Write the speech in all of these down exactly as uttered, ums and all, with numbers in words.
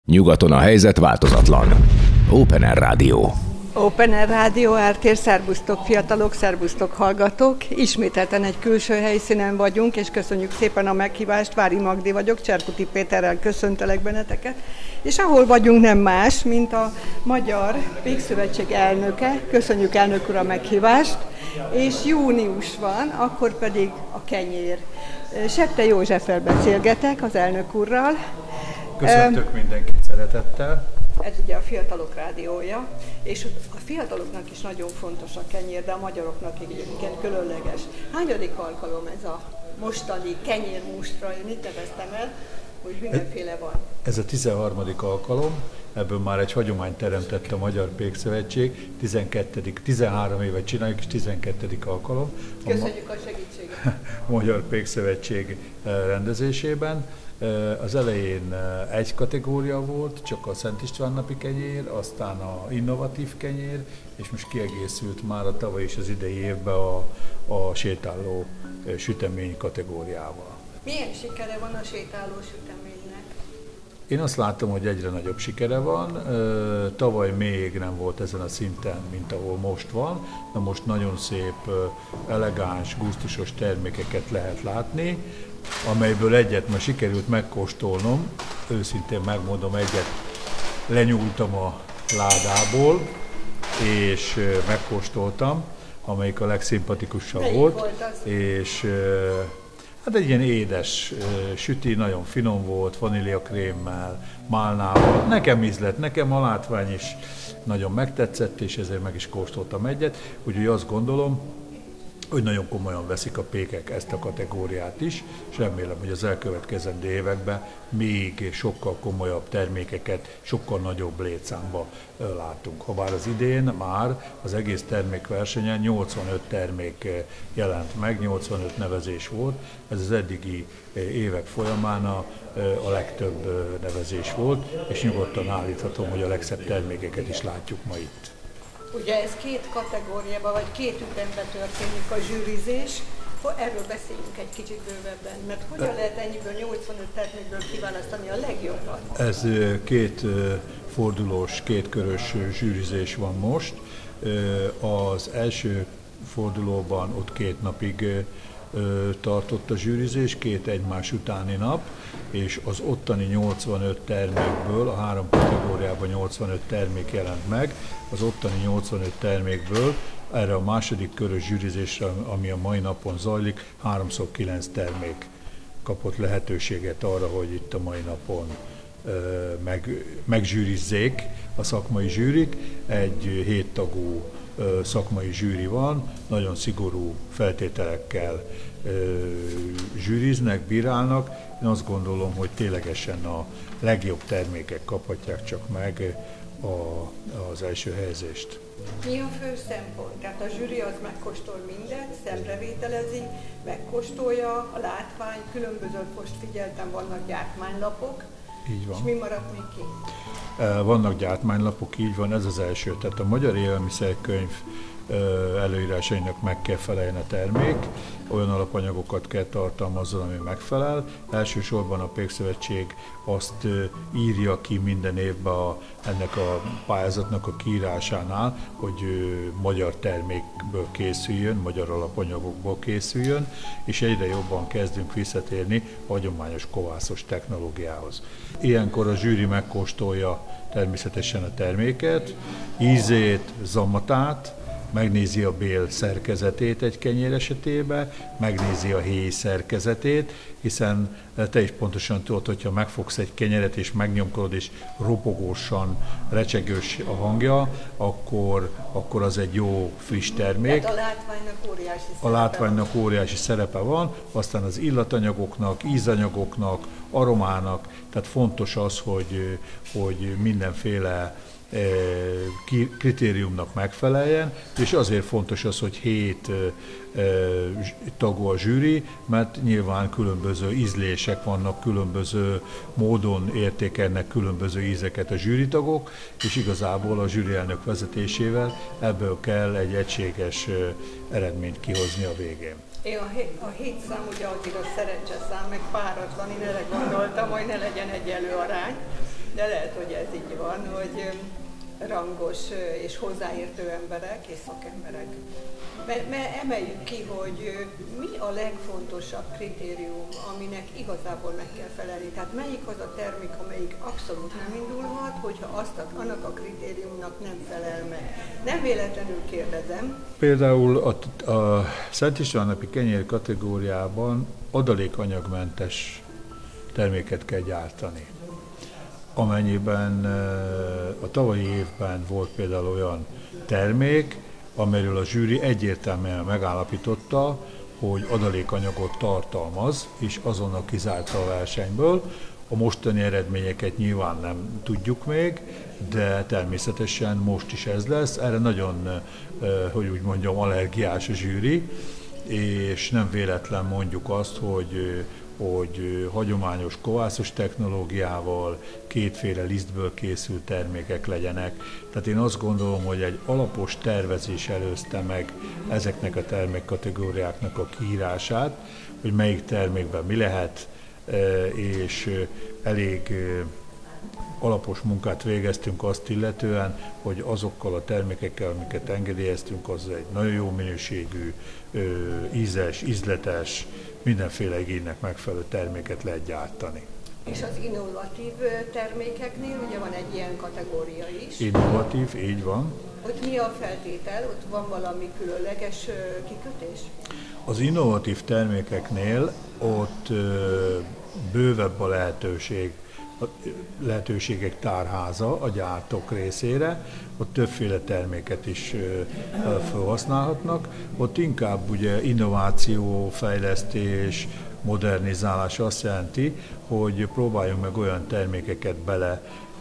Nyugaton a helyzet változatlan. Open Air Rádió. Open Air Rádió, Ártér, szerbusztok fiatalok, szerbusztok hallgatók. Ismételten egy külső helyszínen vagyunk, és köszönjük szépen a meghívást. Vári Magdi vagyok, Cserkuti Péterrel köszöntelek benneteket. És ahol vagyunk nem más, mint a Magyar Pékszövetség elnöke. Köszönjük, elnök úr, a meghívást. És június van, akkor pedig a kenyér. Septe Józseffel beszélgetek, az elnök úrral. Köszöntök mindenkit szeretettel. Ez ugye a Fiatalok Rádiója, és a fiataloknak is nagyon fontos a kenyér, de a magyaroknak igen különleges. Hányadik alkalom ez a mostani kenyérmustra? Én itt neveztem el, hogy mindenféle van. Ez a tizenharmadik alkalom, ebből már egy hagyományt teremtett a Magyar Pékszövetség, tizenkettedik tizenhárom évet csináljuk, és tizenkettedik alkalom. Köszönjük a segítséget! A Magyar Pékszövetség rendezésében. Az elején egy kategória volt, csak a Szent István napi kenyér, aztán a innovatív kenyér, és most kiegészült már a tavaly és az idei évben a, a sétáló sütemény kategóriával. Milyen sikere van a sétáló süteménynek? Én azt látom, hogy egyre nagyobb sikere van. Tavaly még nem volt ezen a szinten, mint ahol most van, de most nagyon szép, elegáns, gusztusos termékeket lehet látni, amelyből egyet ma sikerült megkóstolnom, őszintén megmondom, egyet lenyúltam a ládából, és megkóstoltam, amelyik a legszimpatikusabb volt, volt és hát egy ilyen édes süti, nagyon finom volt, vaníliakrémmel, málnával, nekem ízlett, nekem a látvány is nagyon megtetszett, és ezért meg is kóstoltam egyet, úgyhogy azt gondolom, hogy nagyon komolyan veszik a pékek ezt a kategóriát is, és remélem, hogy az elkövetkezendő években még sokkal komolyabb termékeket, sokkal nagyobb létszámba látunk. Habár az idén már az egész termékversenyen nyolcvanöt termék jelent meg, nyolcvanöt nevezés volt, ez az eddigi évek folyamán a, a legtöbb nevezés volt, és nyugodtan állíthatom, hogy a legszebb termékeket is látjuk ma itt. Ugye ez két kategóriában, vagy két ütemben történik a zsűrizés. Erről beszéljünk egy kicsit bővebben, mert hogyan lehet ennyiből nyolcvanöt termékből kiválasztani a legjobbat? Ez két fordulós, kétkörös zsűrizés van most. Az első fordulóban ott két napig tartott a zsűrizés, két egymás utáni nap, és az ottani nyolcvanöt termékből, a három kategóriában nyolcvanöt termék jelent meg, az ottani nyolcvanöt termékből erre a második körös zsűrizésre, ami a mai napon zajlik, háromszor kilenc termék kapott lehetőséget arra, hogy itt a mai napon meg, megzsűrizzék a szakmai zsűrik. Egy héttagú szakmai zsűri van, nagyon szigorú feltételekkel zsűriznek, bírálnak. Én azt gondolom, hogy ténylegesen a legjobb termékek kaphatják csak meg a, az első helyezést. Mi a fő szempont? Tehát a zsűri az megkóstol mindent, szemrevételezi, megkóstolja a látvány, különböző, most figyeltem, vannak gyártmánylapok. Így van. És mi maradt még ki? Vannak gyártmánylapok, így van, ez az első. Tehát a Magyar Élelmiszerkönyv előírásainak meg kell feleljen a termék, olyan alapanyagokat kell tartalmazzon, ami megfelel. Elsősorban a Pékszövetség azt írja ki minden évben a, ennek a pályázatnak a kiírásánál, hogy magyar termékből készüljön, magyar alapanyagokból készüljön, és egyre jobban kezdünk visszatérni a hagyományos kovászos technológiához. Ilyenkor a zsűri megkóstolja természetesen a terméket, ízét, zamatát, megnézi a bél szerkezetét egy kenyér esetében, megnézi a héj szerkezetét, hiszen te is pontosan tudod, hogyha megfogsz egy kenyeret és megnyomkodod, és ropogósan recsegős a hangja, akkor, akkor az egy jó, friss termék. Tehát a látványnak óriási szerepe A látványnak van. óriási szerepe van, aztán az illatanyagoknak, ízanyagoknak, aromának, tehát fontos az, hogy, hogy mindenféle kritériumnak megfeleljen, és azért fontos az, hogy hét tagú a zsűri, mert nyilván különböző ízlések vannak, különböző módon értékelnek különböző ízeket a zsűritagok, és igazából a zsűrielnök vezetésével ebből kell egy egységes eredményt kihozni a végén. Én a, hét, a hét szám ugye azért a szerencse szám, meg páratlan, én erre gondoltam, hogy ne legyen egyenlő arány. De lehet, hogy ez így van, hogy rangos és hozzáértő emberek és szakemberek. Mert emeljük ki, hogy mi a legfontosabb kritérium, aminek igazából meg kell felelni. Tehát melyik az a termék, amelyik abszolút nem indulhat, hogyha azt a, annak a kritériumnak nem felel meg. Nem véletlenül kérdezem. Például a, a Szent István napi kenyér kategóriában adalékanyagmentes terméket kell gyártani. Amennyiben a tavalyi évben volt például olyan termék, amiről a zsűri egyértelműen megállapította, hogy adalékanyagot tartalmaz, és azonnal kizárta a versenyből. A mostani eredményeket nyilván nem tudjuk még, de természetesen most is ez lesz. Erre nagyon, hogy úgy mondjam, allergiás a zsűri, és nem véletlen mondjuk azt, hogy hogy hagyományos kovászos technológiával kétféle lisztből készült termékek legyenek. Tehát én azt gondolom, hogy egy alapos tervezés előzte meg ezeknek a termékkategóriáknak a kiírását, hogy melyik termékben mi lehet, és elég alapos munkát végeztünk azt illetően, hogy azokkal a termékekkel, amiket engedélyeztünk, az egy nagyon jó minőségű, ízes, ízletes, mindenféle igénynek megfelelő terméket lehet gyártani. És az innovatív termékeknél ugye van egy ilyen kategória is. Innovatív, így van. Ott mi a feltétel? Ott van valami különleges kikötés? Az innovatív termékeknél ott bővebb a lehetőség, a lehetőségek tárháza a gyártók részére, ott többféle terméket is felhasználhatnak, ott inkább ugye innováció, fejlesztés, modernizálás azt jelenti, hogy próbáljunk meg olyan termékeket bele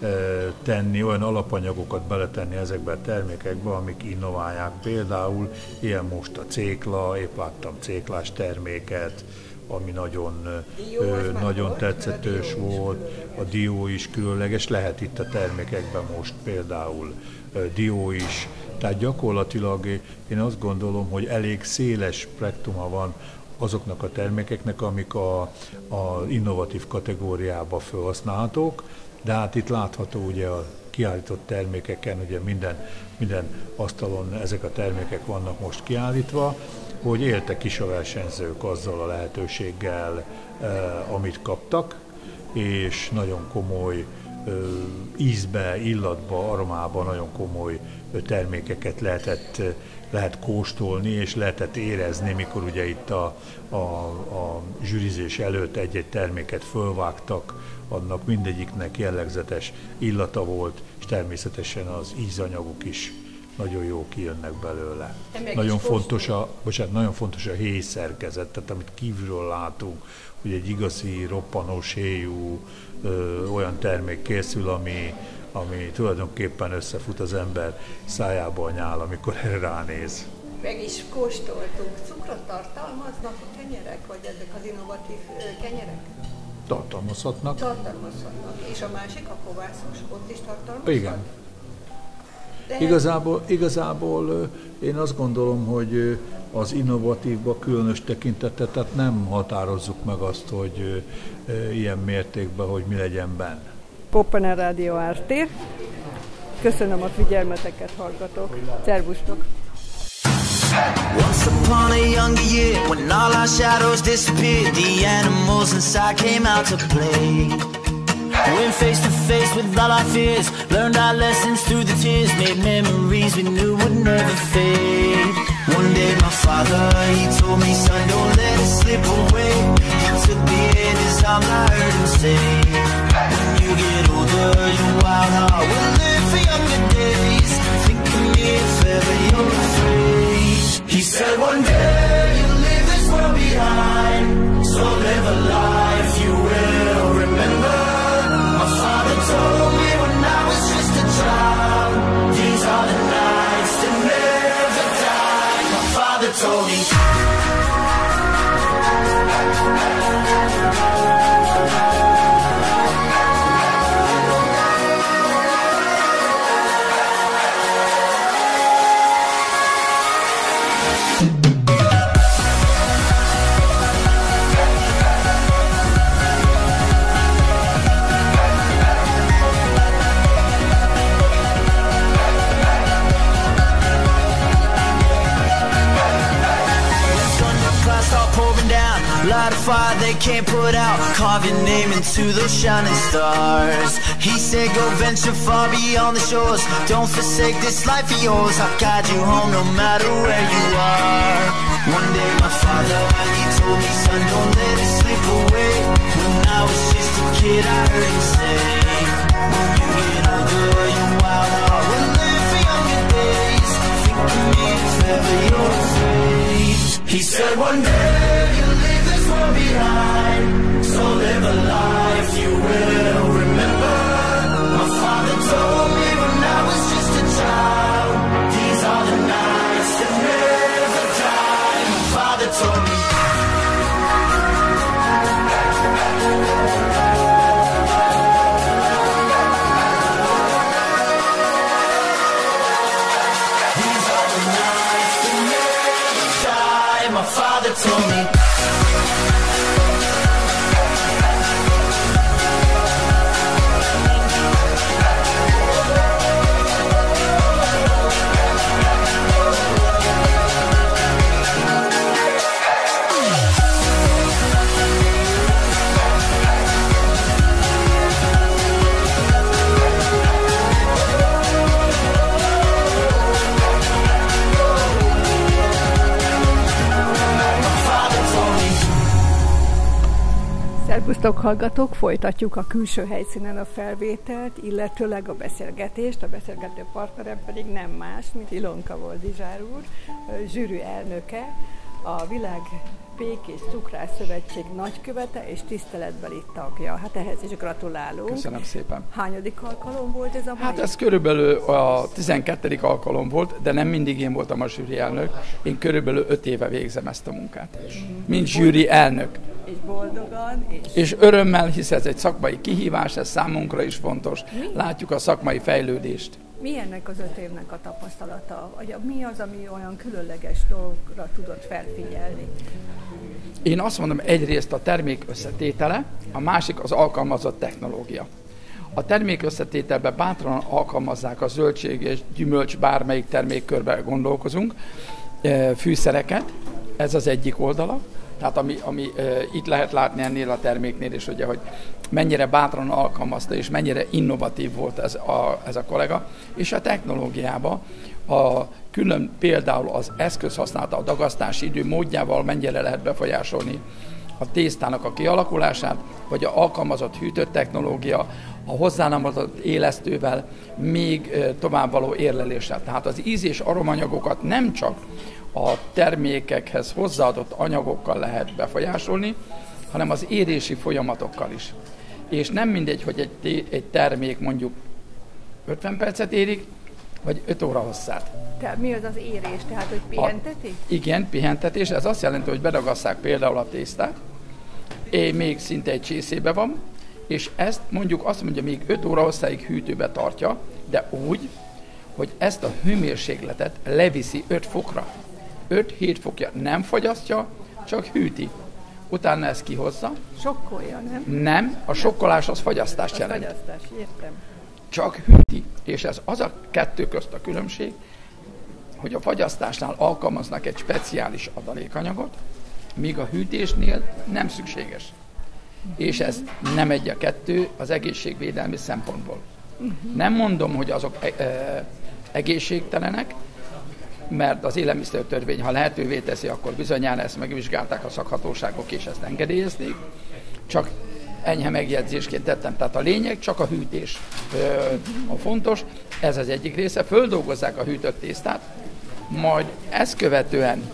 tenni, olyan alapanyagokat beletenni ezekbe a termékekbe, amik innoválják. Például ilyen most a cékla, épp láttam céklás terméket, ami nagyon, ö, nagyon tetszetős volt, a dió is különleges, lehet itt a termékekben most például ö, dió is, tehát gyakorlatilag én azt gondolom, hogy elég széles spektruma van azoknak a termékeknek, amik a, a innovatív kategóriába felhasználhatók, de hát itt látható ugye a kiállított termékeken, ugye minden, minden asztalon ezek a termékek vannak most kiállítva, hogy éltek is a versenyzők azzal a lehetőséggel, eh, amit kaptak, és nagyon komoly eh, ízbe, illatba, aromába nagyon komoly termékeket lehetett, lehet kóstolni, és lehetett érezni, mikor ugye itt a, a, a zsűrizés előtt egy-egy terméket fölvágtak, annak mindegyiknek jellegzetes illata volt, és természetesen az ízanyagok is nagyon jó kijönnek belőle. Nagyon fontos, a, bocsánat, nagyon fontos a héjszerkezet, tehát amit kívülről látunk, hogy egy igazi roppanos héjú ö, olyan termék készül, ami, ami tulajdonképpen összefut az ember szájába a nyál, amikor erre ránéz. Meg is kóstoltuk. Cukrot tartalmaznak a kenyerek, vagy ezek az innovatív kenyerek? Tartalmazhatnak. Tartalmazhatnak. És a másik, a kovászos, ott is tartalmazhat? Igen. Igazából, igazából én azt gondolom, hogy az innovatívba különös tekintetet, tehát nem határozzuk meg azt, hogy ilyen mértékben, hogy mi legyen benne. Opener Rádió er té. Köszönöm a figyelmeteket, hallgatók. Szervusztok! Once upon a younger year, when all our shadows disappeared, the animals inside came out to play. Went face to face with all our fears, learned our lessons through the tears, made memories we knew would never fade. One day my father, he told me, son, don't let it slip away. He took me in his arms, I heard him say, when you get older, your wild heart will live for younger days. Think of me if ever you're afraid. He said one day you'll leave this world behind, so live a life you will remember. My father told me when I was just a child, these are the nights that never die. My father told me. they can't put out. Carve your name into those shining stars. He said go venture far beyond the shores. Don't forsake this life of yours. I'll guide you home no matter where you are. One day my father, he told me, son, don't let it slip away. When I was just a kid, I heard him say, when you get older, your wild heart will live for younger days. Think of me if ever you're afraid. He said one day you'll leave this world behind, so live a life you will remember. My father told me when I was just a child, these are the nights that never die. My father told me. These are the nights that never die. My father told me. Szerbusztok hallgatók, folytatjuk a külső helyszínen a felvételt, illetőleg a beszélgetést. A beszélgető partnerem pedig nem más, mint Ilonka Boldizsár úr, zsűri elnöke, a Világ Pék és Cukrász Szövetség nagykövete és tiszteletbeli tagja. Hát ehhez is gratulálunk. Köszönöm szépen. Hányadik alkalom volt ez a mai? Hát ez körülbelül a tizenkettedik alkalom volt, de nem mindig én voltam a zsűri elnök. Én körülbelül öt éve végzem ezt a munkát. Mint zsűri elnök. És boldogan. És... és örömmel, hisz ez egy szakmai kihívás, ez számunkra is fontos. Mi? Látjuk a szakmai fejlődést. Mi ennek az öt évnek a tapasztalata? Vagy mi az, ami olyan különleges dolgra tudott felfigyelni? Én azt mondom, egyrészt a termék összetétele, a másik az alkalmazott technológia. A termék összetételben bátran alkalmazzák a zöldség és gyümölcs, bármelyik termékkörben gondolkozunk, fűszereket, ez az egyik oldala. Tehát ami, ami e, itt lehet látni ennél a terméknél is, ugye, hogy mennyire bátran alkalmazta, és mennyire innovatív volt ez a, ez a kollega. És a technológiában a külön például az eszköz használata, a dagasztási idő módjával mennyire lehet befolyásolni a tésztának a kialakulását, vagy a alkalmazott hűtött technológia, a hozzánamozott élesztővel még e, továbbvaló érleléssel. Tehát az íz- és aromanyagokat nem csak a termékekhez hozzáadott anyagokkal lehet befolyásolni, hanem az érési folyamatokkal is. És nem mindegy, hogy egy, egy termék mondjuk ötven percet érik, vagy öt óra hosszát. Tehát mi az az érés? Tehát, hogy pihenteti? A, igen, pihentetés. Ez azt jelenti, hogy bedagasszák például a tésztát, és még szinte egy csészébe van, és ezt mondjuk azt mondja, még öt óra hosszáig hűtőbe tartja, de úgy, hogy ezt a hőmérsékletet leviszi öt fokra. öt-hét fokja nem fogyasztja, csak hűti. Utána ezt kihozza. Sokkolja, nem? Nem, a sokkolás az fagyasztást jelent. Fagyasztás, értem. Csak hűti. És ez az a kettő közt a különbség, hogy a fagyasztásnál alkalmaznak egy speciális adalékanyagot, míg a hűtésnél nem szükséges. És ez nem egy a kettő az egészségvédelmi szempontból. Nem mondom, hogy azok e- e- egészségtelenek, mert az élelmiszertörvény, ha lehetővé teszi, akkor bizonyára ezt megvizsgálták a szakhatóságok, és ezt engedélyezték. Csak enyhe megjegyzésként tettem. Tehát a lényeg csak a hűtés a fontos. Ez az egyik része. Földolgozzák a hűtött tésztát, majd ezt követően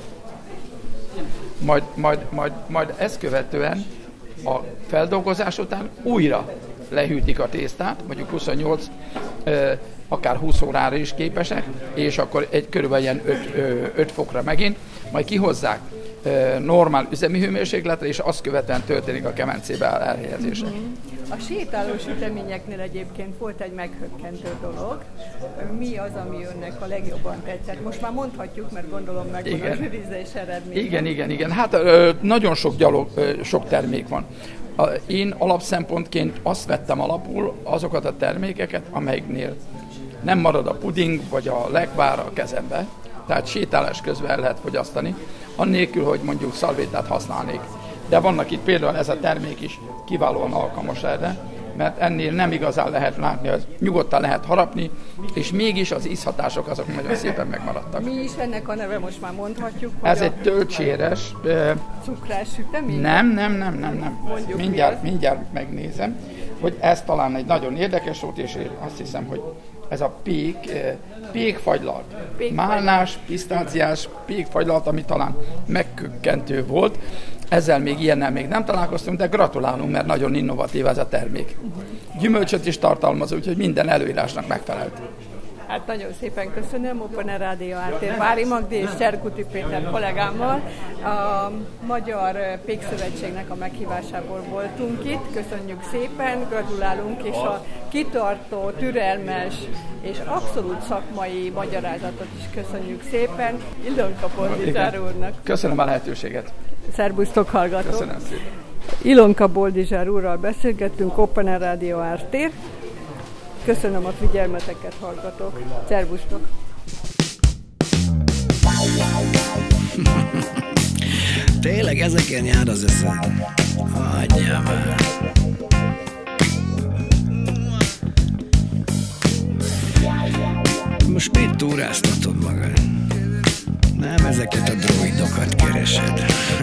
majd, majd, majd, majd ezt követően a feldolgozás után újra lehűtik a tésztát, mondjuk huszonnyolc, akár húsz órára is képesek, és akkor egy körülbelül ilyen öt fokra megint, majd kihozzák normál üzemi hőmérsékletre, és azt követően történik a kemencébe elhelyezése. A sétálós üteményeknél egyébként volt egy meghökkentő dolog. Mi az, ami önnek a legjobban tetszett? Most már mondhatjuk, mert gondolom megvan a zsűrizés eredménye. Igen, igen, igen. Hát nagyon sok, gyalog, sok termék van. Én alapszempontként azt vettem alapul azokat a termékeket, amelyiknél nem marad a puding vagy a lekvár a kezembe, tehát sétálás közben el lehet fogyasztani, annélkül, hogy mondjuk szalvétát használnék. de vannak itt például ez a termék is kiválóan alkalmas erre, mert ennél nem igazán lehet látni, hogy nyugodtan lehet harapni, és mégis az ízhatások azok nagyon szépen megmaradtak. Mi is ennek a neve, most már mondhatjuk? Ez egy töltséres... Cukrás sütemény? Nem, nem, nem, nem, nem. Mindjárt, mindjárt megnézem, hogy ez talán egy nagyon érdekes volt, és én azt hiszem, hogy ez a pék, pékfagylalt. Málnás, pisztáciás pékfagylalt, ami talán megkökkentő volt. Ezzel még ilyennel még nem találkoztunk, de gratulálunk, mert nagyon innovatív ez a termék. Gyümölcsöt is tartalmaz, úgyhogy minden előírásnak megfelelt. Hát nagyon szépen köszönöm, Open Air Rádió Ártér Vári Magdi és Cserkuti Péter kollégámmal. A Magyar Pékszövetségnek a meghívásából voltunk itt. Köszönjük szépen, gratulálunk, és a kitartó, türelmes és abszolút szakmai magyarázatot is köszönjük szépen Ilonka Boldizsár úrnak. Köszönöm a lehetőséget. Szerbusztok, hallgatók! Köszönöm szépen. Ilonka Boldizsár úrral beszélgettünk, Open Air Rádió Ártér. Köszönöm a figyelmeteket, hallgatók. Szervusztok! Tényleg ezeken jár az eszed? Hagyjál már! Most mit túráztatod magad? Nem ezeket a droidokat keresed.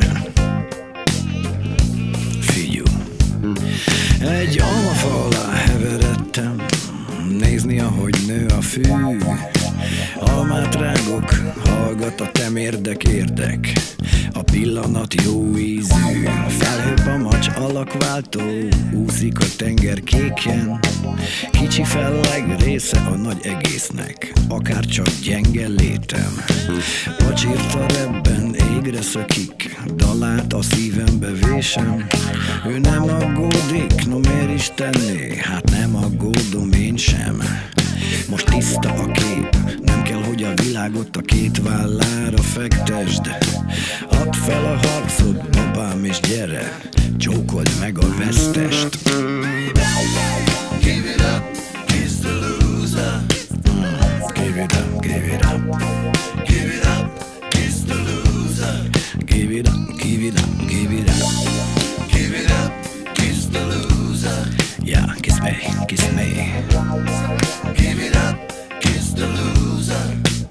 Figyú! Egy almafa alá heveredtem, nézni, ahogy nő a fű. Almát rágok, hallgat a temérdek érdek, a pillanat jó ízű. A felhőpamacs alakváltó, úszik a tenger kékjen. Kicsi felleg része a nagy egésznek, akár csak gyenge létem. Pacsírta rebben, égre szökik, dalát a szívembe vésem. Ő nem aggódik, no miért is tenné, hát nem aggódom én sem. Most tiszta a kép, nem kell, hogy a világot a két vállára fektesd. Add fel a harcod, babám, és gyere, csókold meg a vesztest. Give it up, kiss the loser. Mm, give it up, give it up. Give it up, kiss the loser. Give it up, give it up, give it up. Give it up, kiss the loser. Yeah, kiss me, kiss me. Give it up, kiss the loser.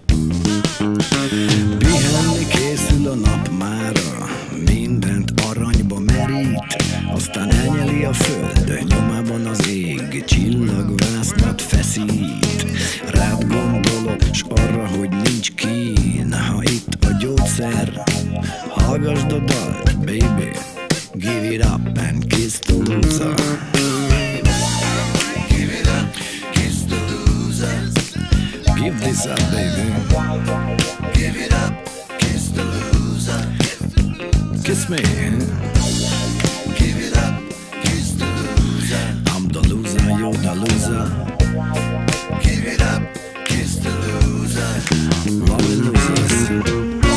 Pihenni készül a nap mára, mindent aranyba merít, aztán elnyeli a föld, nyomában az ég, csillagvásznat feszít. Rád gondolok, s arra, hogy nincs kín, ha itt a gyógyszer, hallgasd a dalt, baby. Give it up and kiss the loser. Give it up, kiss the loser. Give this up, baby. Give it up, kiss the loser. Kiss me. Give it up, kiss the loser. I'm the loser, you're the loser. Give it up, kiss the loser. Love the losers.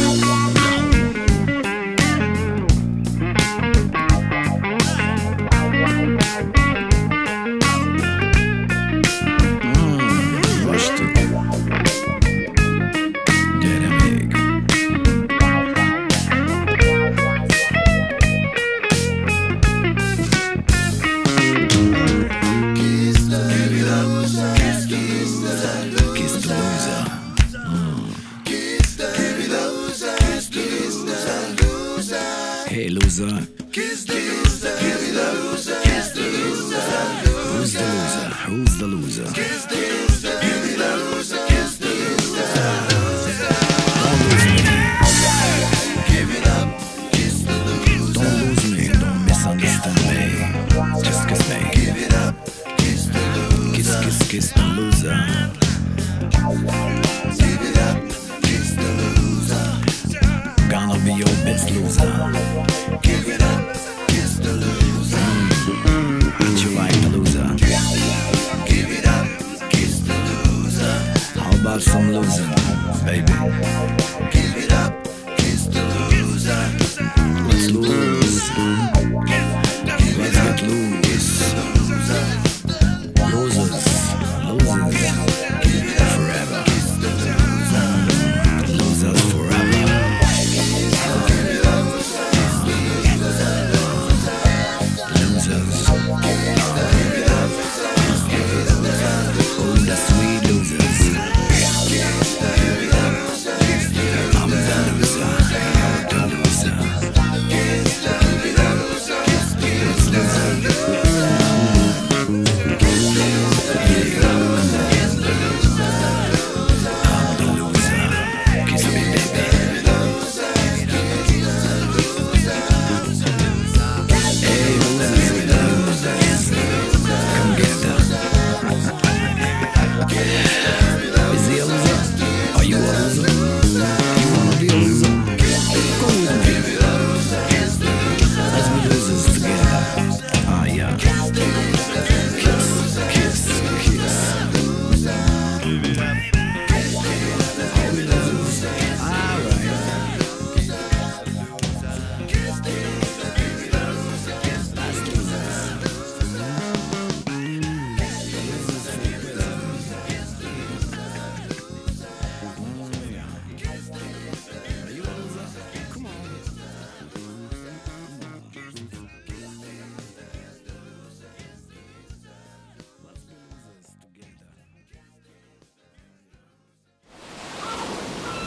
Hey loser, kiss the loser, kiss the loser, kiss the loser. Who's the loser? Who's the loser? Kiss the loser, kiss the loser, kiss the loser. Don't lose me. Give it up, kiss the loser. Don't lose me, don't misunderstand me. Just kiss me. Give it up, kiss the loser. Kiss, kiss, kiss the loser. Give it up, kiss the loser. Gonna be your best loser. Give it up, kiss the loser. Mm-hmm. How'd you like the loser? Give it up, kiss the loser. How about some losing, baby? Give it up, kiss the loser. Let's lose. Let's get loose. Losers, losers. Forever. Losers forever.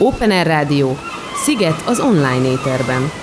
Open Air Rádió, Sziget az online éterben.